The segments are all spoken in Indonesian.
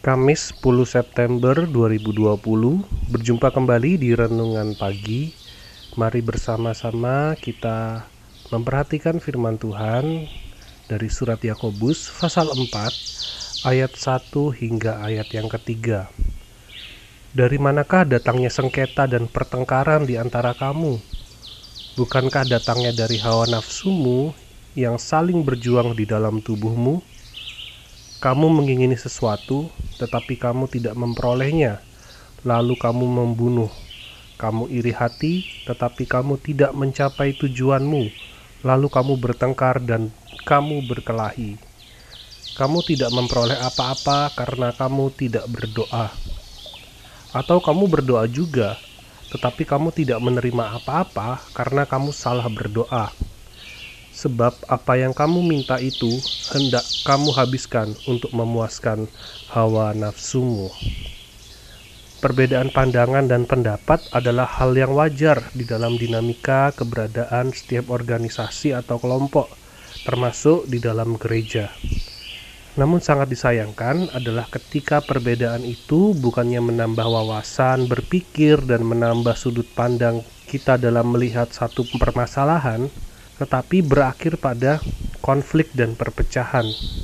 Kamis 10 September 2020, berjumpa kembali di Renungan Pagi. Mari bersama-sama kita memperhatikan firman Tuhan dari surat Yakobus pasal 4 ayat 1 hingga ayat yang ketiga. Dari manakah datangnya sengketa dan pertengkaran di antara kamu? Bukankah datangnya dari hawa nafsumu yang saling berjuang di dalam tubuhmu? Kamu mengingini sesuatu, tetapi kamu tidak memperolehnya, lalu kamu membunuh. Kamu iri hati, tetapi kamu tidak mencapai tujuanmu, lalu kamu bertengkar dan kamu berkelahi. Kamu tidak memperoleh apa-apa karena kamu tidak berdoa. Atau kamu berdoa juga, tetapi kamu tidak menerima apa-apa karena kamu salah berdoa. Sebab apa yang kamu minta itu hendak kamu habiskan untuk memuaskan hawa nafsumu. Perbedaan pandangan dan pendapat adalah hal yang wajar di dalam dinamika keberadaan setiap organisasi atau kelompok, termasuk di dalam gereja. Namun sangat disayangkan adalah ketika perbedaan itu bukannya menambah wawasan berpikir dan menambah sudut pandang kita dalam melihat satu permasalahan, tetapi berakhir pada konflik dan perpecahan.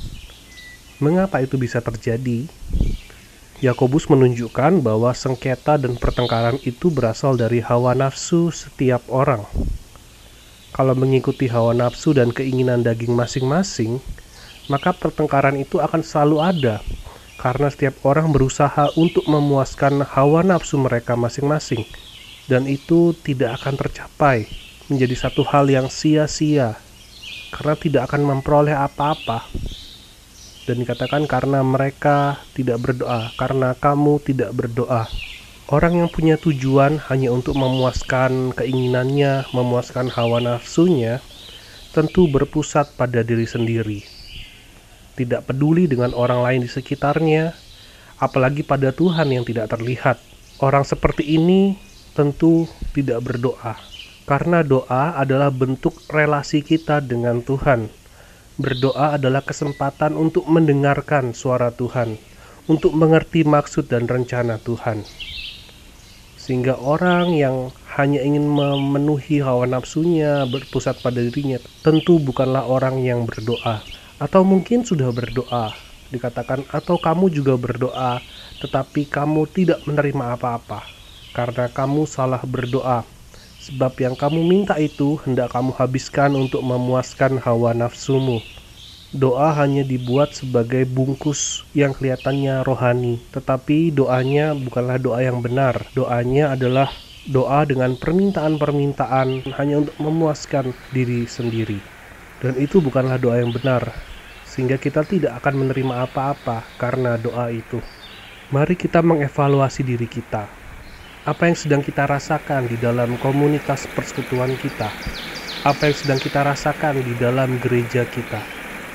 Mengapa itu bisa terjadi? Yakobus menunjukkan bahwa sengketa dan pertengkaran itu berasal dari hawa nafsu setiap orang. Kalau mengikuti hawa nafsu dan keinginan daging masing-masing, maka pertengkaran itu akan selalu ada, karena setiap orang berusaha untuk memuaskan hawa nafsu mereka masing-masing, dan itu tidak akan tercapai, menjadi satu hal yang sia-sia karena tidak akan memperoleh apa-apa. Dan dikatakan karena mereka tidak berdoa, karena kamu tidak berdoa. Orang yang punya tujuan hanya untuk memuaskan keinginannya, memuaskan hawa nafsunya, tentu berpusat pada diri sendiri, tidak peduli dengan orang lain di sekitarnya, apalagi pada Tuhan yang tidak terlihat. Orang seperti ini tentu tidak berdoa, karena doa adalah bentuk relasi kita dengan Tuhan. Berdoa adalah kesempatan untuk mendengarkan suara Tuhan, untuk mengerti maksud dan rencana Tuhan. Sehingga orang yang hanya ingin memenuhi hawa nafsunya, berpusat pada dirinya, tentu bukanlah orang yang berdoa. Atau mungkin sudah berdoa, dikatakan, atau kamu juga berdoa, tetapi kamu tidak menerima apa-apa, karena kamu salah berdoa. Sebab yang kamu minta itu hendak kamu habiskan untuk memuaskan hawa nafsumu. Doa hanya dibuat sebagai bungkus yang kelihatannya rohani, tetapi doanya bukanlah doa yang benar. Doanya adalah doa dengan permintaan-permintaan hanya untuk memuaskan diri sendiri. Dan itu bukanlah doa yang benar, sehingga kita tidak akan menerima apa-apa karena doa itu. Mari kita mengevaluasi diri kita. Apa yang sedang kita rasakan di dalam komunitas persekutuan kita? Apa yang sedang kita rasakan di dalam gereja kita?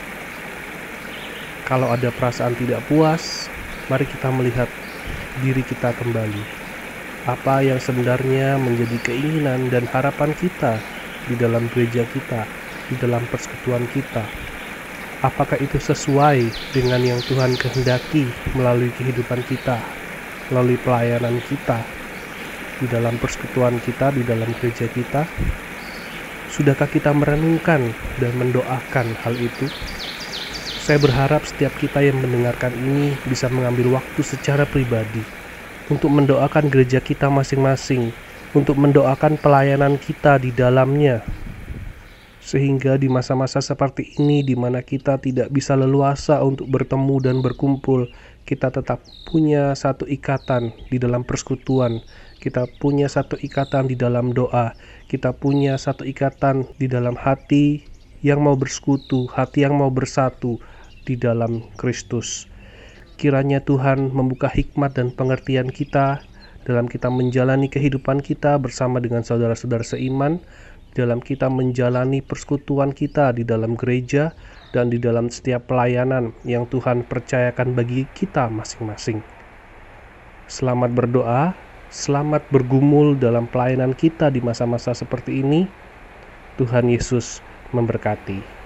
Kalau ada perasaan tidak puas, mari kita melihat diri kita kembali. Apa yang sebenarnya menjadi keinginan dan harapan kita di dalam gereja kita, di dalam persekutuan kita? Apakah itu sesuai dengan yang Tuhan kehendaki melalui kehidupan kita, melalui pelayanan kita, di dalam persekutuan kita, di dalam gereja kita? Sudahkah kita merenungkan dan mendoakan hal itu? Saya berharap setiap kita yang mendengarkan ini bisa mengambil waktu secara pribadi untuk mendoakan gereja kita masing-masing, untuk mendoakan pelayanan kita di dalamnya, sehingga di masa-masa seperti ini di mana kita tidak bisa leluasa untuk bertemu dan berkumpul, kita tetap punya satu ikatan di dalam persekutuan, kita punya satu ikatan di dalam doa, kita punya satu ikatan di dalam hati yang mau bersekutu, hati yang mau bersatu di dalam Kristus. Kiranya Tuhan membuka hikmat dan pengertian kita dalam kita menjalani kehidupan kita bersama dengan saudara-saudara seiman, dalam kita menjalani persekutuan kita di dalam gereja dan di dalam setiap pelayanan yang Tuhan percayakan bagi kita masing-masing. Selamat berdoa, selamat bergumul dalam pelayanan kita di masa-masa seperti ini. Tuhan Yesus memberkati.